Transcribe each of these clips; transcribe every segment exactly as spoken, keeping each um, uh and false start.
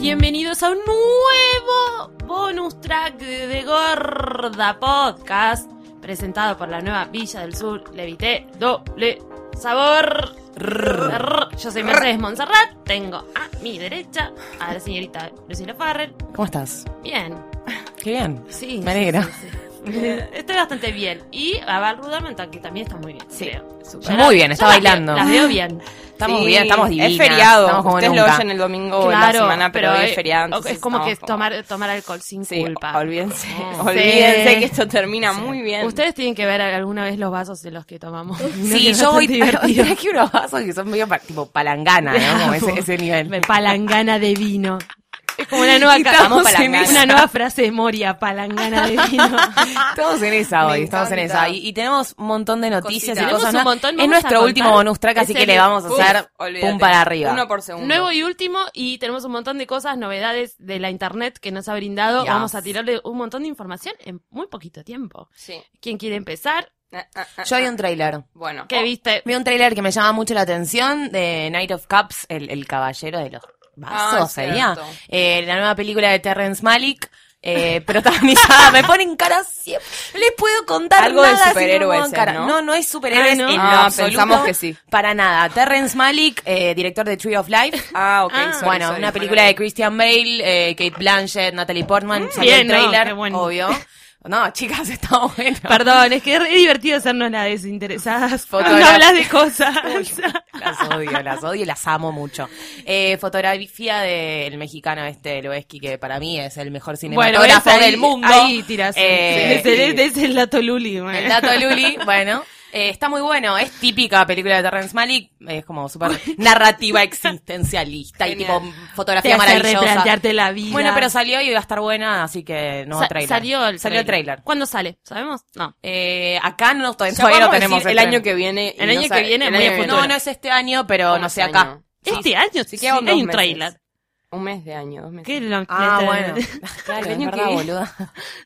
Bienvenidos a un nuevo bonus track de, de Gorda Podcast, presentado por la nueva Villa del Sur, Levité, doble sabor. Yo soy Mercedes Monserrat, tengo a mi derecha a la señorita Lucila Farrell. ¿Cómo estás? Bien. Qué bien. Sí. Me alegra. Sí, sí, sí. Estoy bastante bien. Y a Val Ruderman, que también está muy bien. Sí. Super. Muy bien, está Yo bailando. Las veo, las veo bien. Estamos Sí, bien, estamos divinas. Es feriado. Estamos como Ustedes nunca. lo oyen el domingo o la semana, pero, hoy es feriado. Es, es como que tomar, tomar alcohol sin sí, culpa. Olvídense. Sí. Olvídense que esto termina sí. muy bien. Ustedes tienen que ver alguna vez los vasos de los que tomamos. Sí, yo voy traje unos vasos que son medio pa, tipo palangana, ¿no? Como ese, ese nivel. Palangana de vino. Es como una nueva, una nueva frase de Moria, palangana de vino. Estamos en esa hoy, estamos en esa. Y, y tenemos un montón de noticias Cositas. y cosas. Un montón, es nuestro último bonus track, así que el, le vamos a hacer uf, pum para arriba. Uno por segundo. Nuevo y último, y tenemos un montón de cosas, novedades de la internet que nos ha brindado. Yes. Vamos a tirarle un montón de información en muy poquito tiempo. Sí. ¿Quién quiere empezar? Yo vi un tráiler. Bueno. ¿Qué viste? Vi un tráiler que me llama mucho la atención de Knight of Cups, el, el caballero de los vasos, ah, sería. Eh, la nueva película de Terrence Malick. Eh, protagonizada, me ponen cara siempre. No les puedo contar algo nada de superhéroes, cara. ¿no? No, no es superhéroes ah, ¿no? en ah, lo absoluto. Pensamos que sí. Para nada. Terrence Malick, eh, director de Tree of Life. Ah, ok. Ah, sorry, bueno, sorry, una sorry. película de Christian Bale, eh, Kate Blanchett, Natalie Portman. Salió Bien, el no, trailer, qué bueno. obvio. No, chicas, está bueno. Perdón, es que es divertido hacernos las desinteresadas cuando Fotogra- hablas de cosas. Las odio, las odio y las amo mucho. Eh, fotografía del mexicano este Loesky, que para mí es el mejor cinematógrafo ves, ahí- del mundo. Ahí tiras. Eh, ese, ese es el dato Luli. Man. El dato Luli, bueno. Eh, está muy bueno, es típica película de Terrence Malick, es como súper narrativa existencialista y Genial. tipo Te fotografía hace maravillosa. replantearte la vida. Bueno, pero salió y va a estar buena, así que no Sa- trailer. Salió el Salió el trailer. ¿Cuándo sale? ¿Sabemos? No. Eh, acá no, todavía, Ya todavía no podemos tenemos decir el estreno. año que viene. y El no año que sabe- viene, el muy año a que futuro. No, viene. no es este año, pero ¿Cómo no sé este acá. año? Este año sí queda hay dos un meses. trailer. Un mes de año, dos meses. ¿Qué lo- Ah, le- bueno. Claro, El es año verdad, que- boluda.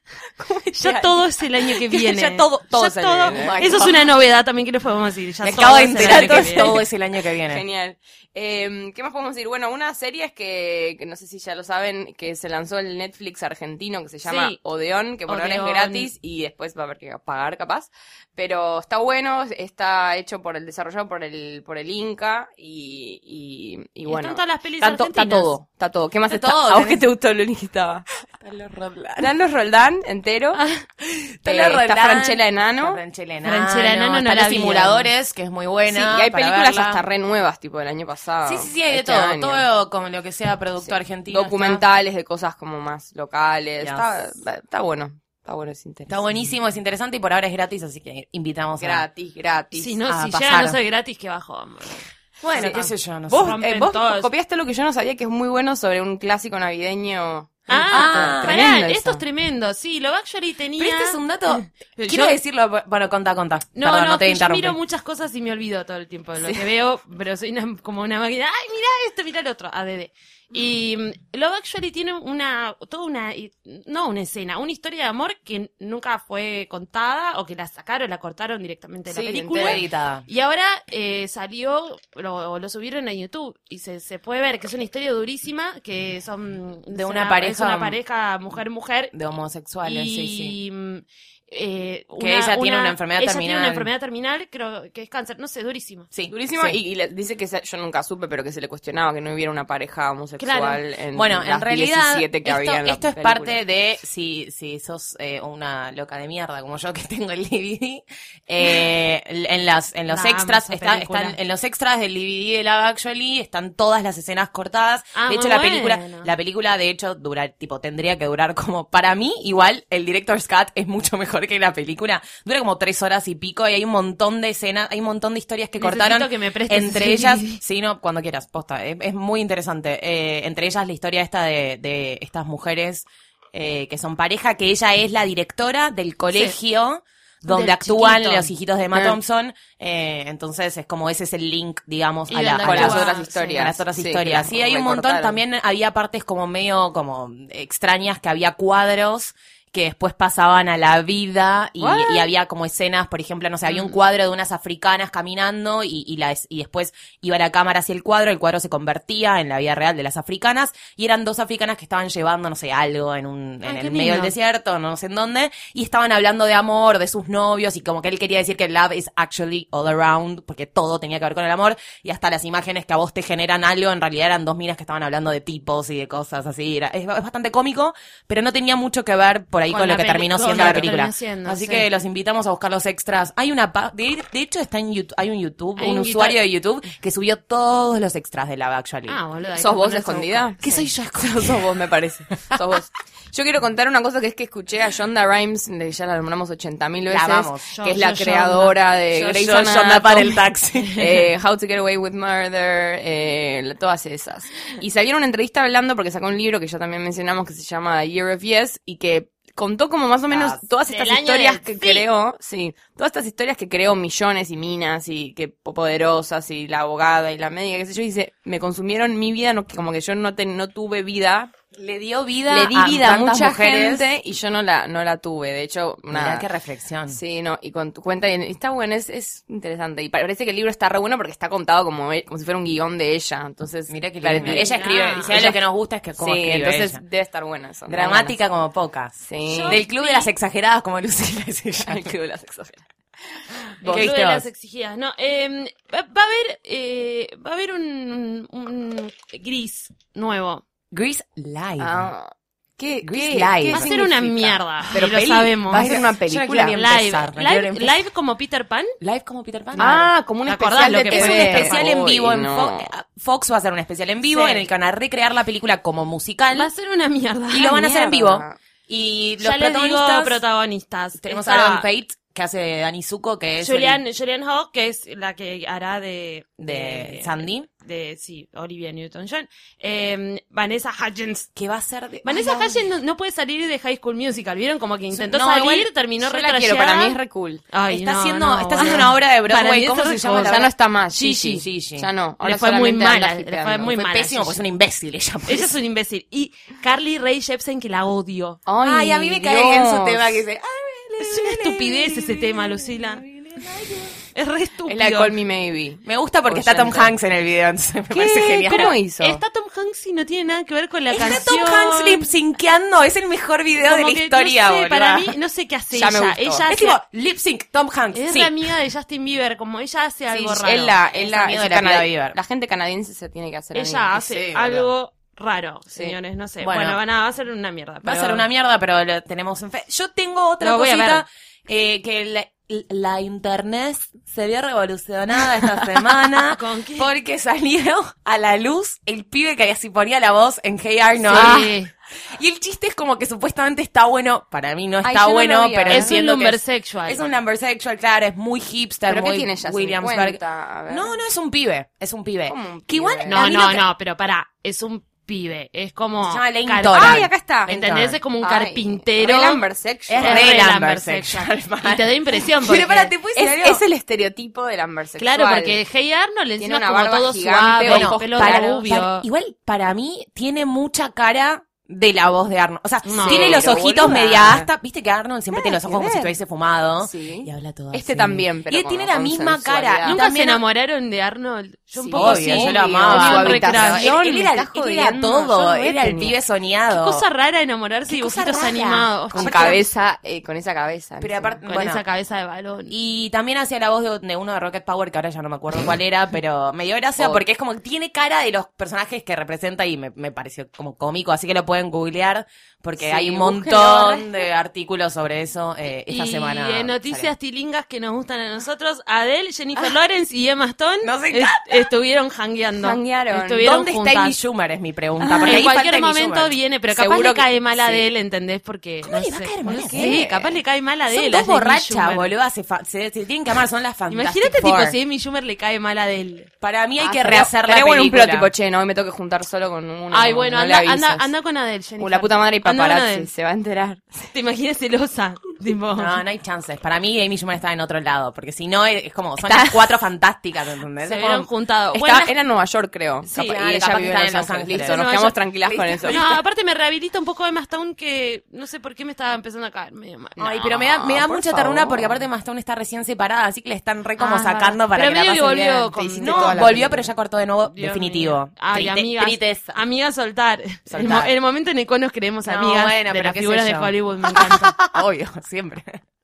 Ya todo es el año que viene. Ya todo- todo Ya es el año que viene. Eso es una novedad también que les podemos decir. Ya Me todo acabo de es el enterar año que que viene. todo es el año que viene. Genial. Eh, ¿Qué más podemos decir? Bueno, una serie es que, que no sé si ya lo saben, que se lanzó el Netflix argentino que se llama Sí. Odeón, que por ahora es Odeón. gratis y después va a haber que pagar capaz. Pero está bueno, está hecho por el desarrollado por el por el Inca y, y, y Y bueno. están todas las pelis Tanto- está argentinas. todo, está todo. ¿Qué más Está está? todo, ¿A vos tenés- qué te gustó lo único que estaba? Carlos Roldán. Están los Roldán entero. Está Eh, la está Roldán, Franchella Enano. está Franchella Enano. Franchella Enano no están la los vi. simuladores, que es muy Sí, buena. y hay para películas verla. hasta re nuevas, tipo del año pasado. Sí, sí, sí, hay de este todo. año. Todo como lo que sea producto Sí. argentino. Documentales de cosas como más locales. Yes. Está, está bueno. Está bueno, es interesante. Está buenísimo, es interesante y por ahora es gratis, así que invitamos a... Gratis, gratis. Si no, a si pasar. llega a no ser gratis, que bajo. Bueno, Sí. qué sé yo, no sé. Vos, rompen eh, vos todos. copiaste lo que yo no sabía, que es muy bueno sobre un clásico navideño. Ah, tremendo pará, eso. esto es tremendo. Sí, Love Actually tenía... Pero este es un dato... Yo- Quiero decirlo... Bueno, contá, contá. No, Perdón, no, no te que yo interrumpí. miro muchas cosas y me olvido todo el tiempo de lo que veo, pero soy una- como una máquina. ¡Ay, mira esto, mira el otro! A D D. Y mm, Love Actually tiene una, toda una, no una escena, una historia de amor que nunca fue contada o que la sacaron, la cortaron directamente de Sí, la película. entera. Editada. Y ahora eh, salió, lo, lo subieron a YouTube y se, se puede ver que es una historia durísima, que son... De es una pareja- Es una pareja mujer-mujer. De homosexuales, y, sí, sí. mm, eh, Que ella tiene una enfermedad ella terminal. tiene una enfermedad terminal, creo que es cáncer, no sé, durísimo. Sí, Durísimo. sí. Y, y le- dice que se- yo nunca supe, pero que se le cuestionaba que no hubiera una pareja homosexual Claro. en Bueno, las en realidad, diecisiete que esto, había en la esto es película. parte de, si, si sos eh, una loca de mierda como yo que tengo el D V D, eh, en, las, en los La amo extras, esa está- película. están, en los extras del D V D de Love Actually están todas las escenas cortadas. Ah, de hecho, muy la película, bueno. la película de hecho dura, tipo, tendría que durar como, para mí, igual, el Director's Cut es mucho mejor que la película. Dura como tres horas y pico y hay un montón de escenas, hay un montón de historias que Necesito cortaron. que me prestes entre ese ellas, D V D. sí, no, cuando quieras, posta, es, es muy interesante. Eh, entre ellas la historia esta de, de estas mujeres eh, que son pareja, que ella es la directora del colegio donde Del actúan chiquito. los hijitos de Emma Ah. Thompson, eh, entonces es como ese es el link, digamos, Y a, la, donde a Con las actúa, otras sí. historias. a las otras Sí, que historias. las Sí, hay un montón, recortaron. también había partes como medio como extrañas, que había cuadros que después pasaban a la vida y, What? y había como escenas, por ejemplo, no sé, había un cuadro de unas africanas caminando y, y, la, y después iba la cámara hacia el cuadro, el cuadro se convertía en la vida real de las africanas y eran dos africanas que estaban llevando, no sé, algo en un en Ay, el qué medio del lindo. desierto, no sé en dónde, y estaban hablando de amor, de sus novios y como que él quería decir que love is actually all around, porque todo tenía que ver con el amor y hasta las imágenes que a vos te generan algo, en realidad eran dos minas que estaban hablando de tipos y de cosas así, era, es, es bastante cómico, pero no tenía mucho que ver por ahí Con con, la lo que peli- terminó con siendo lo la que película. terminó siendo, Así sí. que los invitamos a buscar los extras. Hay una pa- de, de hecho está en YouTube, hay un YouTube, Hay un un usuario guitar- de YouTube que subió todos los extras de Love Actually. Ah, boludo. hay ¿Sos que vos ponerse a escondida? buscar. ¿Qué soy yo? Sos vos, me parece. Sos vos. Yo quiero contar una cosa que es que escuché a Shonda Rhimes, de- ya la nombramos ochenta mil La veces, amamos. Yo- que es yo la Shonda. creadora de Yo- Grey's yo- Shonda Anatomy, para el taxi. eh, How to Get Away with Murder, eh, todas esas. Y salió en una entrevista hablando porque sacó un libro que ya también mencionamos que se llama Year of Yes y que contó como más o menos Ah, todas del estas año historias del que sí. creó, sí, todas estas historias que creó millones y minas y que poderosas y la abogada y la médica, qué sé yo, y dice, me consumieron mi vida, no, como que yo no, te, no tuve vida. Le dio vida Le di a vida a tantas mucha mujeres. gente y yo no la, no la tuve. De hecho, Mirá nada. qué reflexión. Sí, no, y con tu cuenta, y está bueno, es, es interesante. Y parece que el libro está re bueno porque está contado como, e- como si fuera un guión de ella. Entonces, Mirá que pare- lindo. Ella escribe, Ah. dice, lo que nos gusta es que como sí, escribe entonces ella. debe estar bueno eso. Dramática como pocas. Sí. Del club de las exageradas como Lucila es ella. El club de las exageradas. El ¿Qué club viste de vos? las exigidas. No, eh, va, va a haber, eh, va a haber un, un gris nuevo. Grease Live. Ah, ¿qué, Grease qué, Live. qué Va a ser una significa? mierda. Pero y lo peli- sabemos. va a ser una Yo no película. quiero ni Live, empezar, no live, quiero empezar. live como Peter Pan. Live como Peter Pan. Ah, como un ¿Te especial acordás lo de que T V. Es un fue? especial en vivo Uy, en no. Fo- eh, Fox va a hacer un especial en vivo Sí. en el que van a recrear la película como musical Va a ser una mierda. y lo van a hacer en mierda. vivo. Y los Ya les digo protagonistas protagonistas. tenemos Está a Aaron Pate que hace Dani Zuko que es Julian, el- Julian Hawk, que es la que hará de... de Sandy De, sí, Olivia Newton-John. Eh, Vanessa Hudgens. que va a ser de Vanessa Ay, Hudgens no, no puede salir de High School Musical. ¿Vieron? Como que intentó No, salir, igual terminó Yo la quiero, retrasada. para mí es re cool. Ay, está no, haciendo no, está boludo. haciendo una obra de Para Broadway mí ¿cómo eso se es llama cosa. la Ya no obra? está más. Gigi, Gigi. Gigi. Ya no. Le Ahora fue muy solamente anda mala, le fue hipeando. muy fue mala, pésimo Gigi. porque es un imbécil ella pues. Ella es un imbécil. Y Carly Rae Jepsen, que la odio. Ay, a mí me cae bien su tema que dice Es una estupidez ese tema, Lucila. Es re estúpido. Es la de Call Me Maybe. me gusta porque está Tom Oyente. Hanks en el video, entonces me ¿Qué? parece genial. ¿Cómo hizo? Está Tom Hanks y no tiene nada que ver con la Está canción. Tom Hanks lip synqueando, es el mejor video de Como la que, historia, no sé, boluda. para mí, no sé qué hace Ya me ella. gustó. Ella Es hace- tipo, lip sync, Tom Hanks, es sí. la amiga de Justin Bieber, como ella hace algo sí, raro. Es la, Es es la, amigo es de la canadi- Piedra Bieber. la gente canadiense se tiene que hacer Ella amiga. hace Sí, algo raro, Sí. señores, no sé. Bueno. Bueno, van a, va a ser una mierda. Va a pero- ser una mierda, pero lo tenemos en fe. Yo tengo otra Lo voy a cosita, eh, que la, la internet se vio revolucionada esta semana. ¿Con qué? Porque salió a la luz el pibe que así ponía la voz en Hey Arnold. Sí. Y el chiste es como que supuestamente está bueno. Para mí no Ay, está yo no bueno, lo vi, pero a ver. Es un entiendo que number es- sexual. Es un number sexual, claro, es muy hipster, ¿Pero qué muy tiene ya? Williamsburg. cincuenta? A ver. No, no es un pibe, es un pibe. ¿Cómo un Que igual pibe? a No, mí no, lo que- no, pero pará, es un pibe. Es como... Se llama Lane car- Toran. Ay, acá está. ¿Entendés? Es como un Ay, carpintero. re Lumber sexual. Es Es re re Lumber Lumber sexual, sexual. mal. Y te da impresión porque... Pero para, ¿te puedes decir Es, algo? es el estereotipo del Lumber sexual. Claro, porque Hey Arnold Tiene encima es una como barba todo gigante, suave, ojos el pelo claros. rubio. Para- igual, para mí, tiene mucha cara de la voz de Arnold. O sea, No. tiene los Pero, ojitos boluda. media hasta. Viste que Arnold siempre tiene los Nada ojos como que si ver. estuviese fumado. Sí. Y habla todo Este así. también, pero Y él con- tiene la con misma sensualidad. cara. Y ¿Nunca también se enamoraron de Arnold? Yo un Sí, poco obvio, sí. yo lo amaba. Su Su habitación. habitación. Él, él me era, estás él era jodiendo, todo. yo no Era el tenía. pibe soñado. Qué cosa rara enamorarse de Qué cosa dibujitos rara. animados. Con Aparte- cabeza, eh, con esa cabeza. Pero encima. aparte- Con bueno. esa cabeza de balón. Y también hacía la voz de, de uno de Rocket Power, que ahora ya no me acuerdo cuál era, pero me dio gracia Oh. porque es como que tiene cara de los personajes que representa y me, me pareció como cómico, así que lo pueden googlear porque Sí, hay un búsquenlo, montón re. de artículos sobre eso eh, esta y semana. en noticias salió. tilingas que nos gustan a nosotros, Adele, Jennifer Lawrence y Emma Stone Nos est- encanta. estuvieron jangueando. Janguearon. Estuvieron ¿Dónde juntas. está Amy Schumer? Es mi pregunta. Porque En ahí falta cualquier Amy momento Schumer. viene, pero capaz Seguro le cae que- mal a sí. Adele, ¿entendés? Porque ¿Cómo no le va a sé. caer mal a Sí, Adele? capaz le cae mal a Adele. Son a dos Amy borrachas, Schumer. boludo. Se, fa- se, se tienen que amar, son las Fantastic Imagínate, tipo, Four. si a Amy Schumer le cae mal a Adele. Para mí hay Ah, que estaría- rehacer la estaría bueno un película. plot tipo, che, no, hoy me tengo que juntar solo con uno. Ay, bueno, no le anda, avises. anda, anda con Adele, Jennifer. Uh, la puta madre y Anda con paparazzi, Adele. se va a enterar. ¿Te imaginas celosa? Tipo, No, no hay chances. Para mí Amy Schumer está en otro lado, porque si no es como son las cuatro fantásticas, ¿entendés? se Es vieron como- juntado. Está- Bueno, era en Nueva York, creo. Sí, Capaz- ah, y ella capaz vive que en está Los en Los Ángeles. Ángeles. Listo, nos No, quedamos yo- tranquilas con eso. no, aparte me rehabilita un poco de Emma Stone que no sé por qué me estaba empezando a caer medio mal. Ay, pero me da, me da por mucha favor. ternura porque aparte Emma Stone está recién separada, así que le están re como Ah, sacando para pero que la medio pase que volvió bien. con- Te hiciste No, toda la volvió, película. pero ya cortó de nuevo, Dios definitivo. mío. Ay, Triste- amigas, tristeza. amigas soltar. El, Soltar. mo- el momento en el que nos creemos No, amigas bueno, de pero las qué figuras sé de yo. Hollywood, me encanta. Obvio, siempre.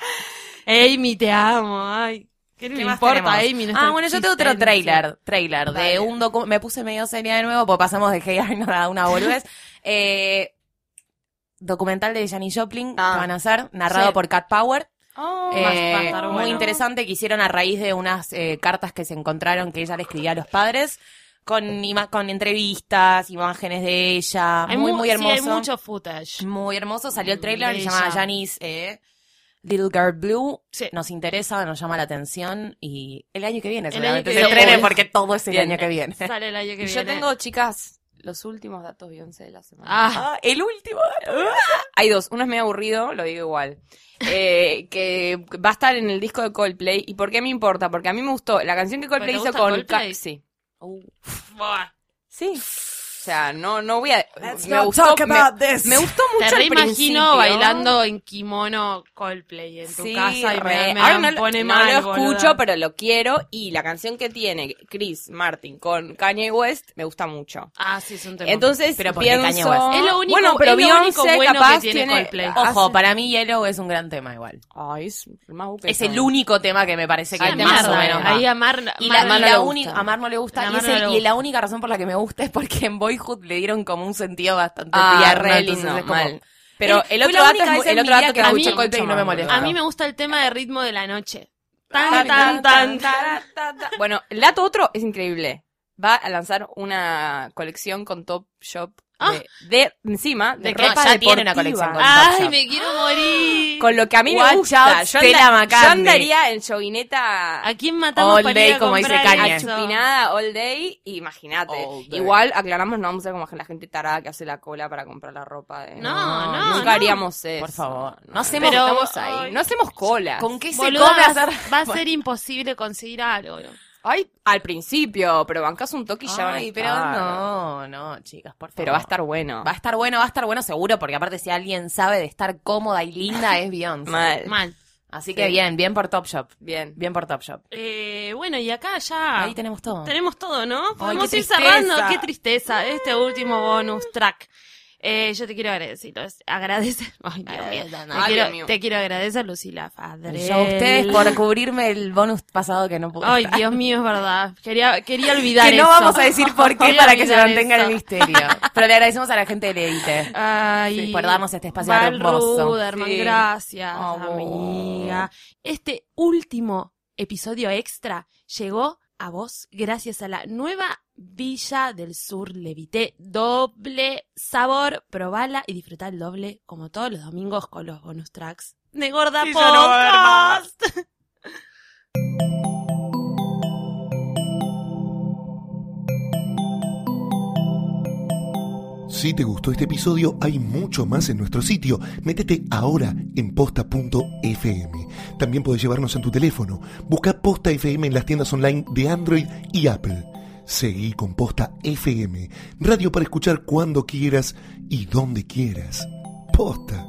Amy, te amo, ay. ¿Qué le ¿Qué más importa a tenemos? Amy? nuestra Ah, bueno, yo tengo otro existencia? trailer, trailer de Dale. un docu... Me puse medio seria de nuevo porque pasamos de Hey Arnold a una boludez. Eh, documental de Janis Joplin Ah. que van a hacer, narrado Sí. por Cat Power. Oh, Eh, va a estar muy bueno. interesante, que hicieron a raíz de unas eh, cartas que se encontraron que ella le escribía a los padres, con, ima- con entrevistas, imágenes de ella, Hay muy, mu- muy sí, hermoso. hay mucho footage. Muy hermoso, salió el trailer, De se llama ella. Janis eh, Little Girl Blue. Sí. Nos interesa, nos llama la atención y el año que viene El seguramente año se que estrene viene. porque todo es el Bien. año que viene. Sale el año que y viene. yo tengo, chicas, los últimos datos Beyoncé de la semana. Ah, Ah, el último. Hay dos. Uno es medio aburrido, lo digo igual. Eh, que va a estar en el disco de Coldplay. ¿Y por qué me importa? Porque a mí me gustó la canción que Coldplay ¿Te hizo gusta con... Coldplay? Ca- sí. buah. Sí. O sea, no, no voy a... Let's me not gustó, talk me, about this. me gustó mucho Te al reimagino principio. bailando en kimono Coldplay en tu Sí, casa y me, re. me Ahora no, lo- pone no mal, lo escucho, boluda. pero lo quiero. Y la canción que tiene Chris Martin con Kanye West me gusta mucho. Ah, sí, es un tema. Entonces Pero ¿por qué pienso... Kanye West? Es lo único- bueno, pero es lo único Beyoncé bueno que capaz tiene tiene... Coldplay. Ojo, hace- para mí Yellow es un gran tema igual. Ay, es el más buque Es que el son. único tema que me parece que Ay, es tema más o mierda, menos. eh. va. Ahí a Mar, Y Mar la, no y le la gusta. única, a Mar no le gusta. A Y, Mar es no el- le y gusta. la única razón por la que me gusta es porque en Boyhood le dieron como un sentido bastante Ah, tierno. re entonces lindo, es como- mal. Pero Eh, el fue otro la dato única es vez muy- en el mi otro vida dato que que a me mí- escucho Coldplay no me molesta. A mí me gusta el tema de ritmo de la noche. Ah, Tan, tan, tan, tan. Bueno, el dato otro es increíble. Va a lanzar una colección con Top Shop Ah. de, de- encima de, ¿De qué? ropa Ya tiene una deportiva. colección con Ay, Top Shop. me quiero morir. Con lo que a mí Watch me gusta. out, Yo, Stella anda- yo McCartney. andaría en joguineta ¿A quién matamos All para day, ir a como dice comprar Kanye. eso? chupinada all day. Imagínate. All day. Igual aclaramos, no vamos a ser como la gente tarada que hace la cola para comprar la ropa. De... No, no, Nunca no. haríamos eso. Por favor. No No hacemos- hacemos, Pero- estamos ahí. ay. No hacemos colas. ¿Con qué se Boluda, come hacer? va a ser imposible conseguir algo. ¿no? Ay, al principio, pero bancas un toque y ya van a Ay, pero estar. no, no, chicas, por favor. Pero va a estar bueno. Va a estar bueno, va a estar bueno seguro, porque aparte si alguien sabe de estar cómoda y linda es Beyoncé. Mal. Mal. Así Sí. que bien, bien por Top Shop. Bien. Bien por Top Shop. Eh, bueno, y acá ya Ahí tenemos todo. tenemos todo, ¿no? Podemos qué ir tristeza. cerrando. Qué tristeza. Este último bonus track. Eh, yo te quiero agradecer. Agradecer. Ay, Dios mío. Ay, Te, Ay, quiero, Dios mío. te quiero agradecer, Lucila Fadrell. Yo a ustedes por cubrirme el bonus pasado que no pude Ay, estar. Dios mío, es verdad. Quería, quería olvidar Que no eso. vamos a decir por qué Quería para que se olvidar mantenga eso. el misterio. Pero le agradecemos a la gente del Edite. Ay, Sí, por darnos este espacio Val hermoso. Ruderman, Sí. gracias, Oh. amiga. Este último episodio extra llegó a vos gracias a la nueva Villa del Sur Levité. Doble sabor. Probala y disfrutá el doble como todos los domingos con los bonus tracks de Gorda Y ya no va a haber Podcast. Si te gustó este episodio, hay mucho más en nuestro sitio. Métete ahora en posta punto f m. También podés llevarnos en tu teléfono. Busca Posta F M en las tiendas online de Android y Apple. Seguí con Posta F M, radio para escuchar cuando quieras y donde quieras. Posta.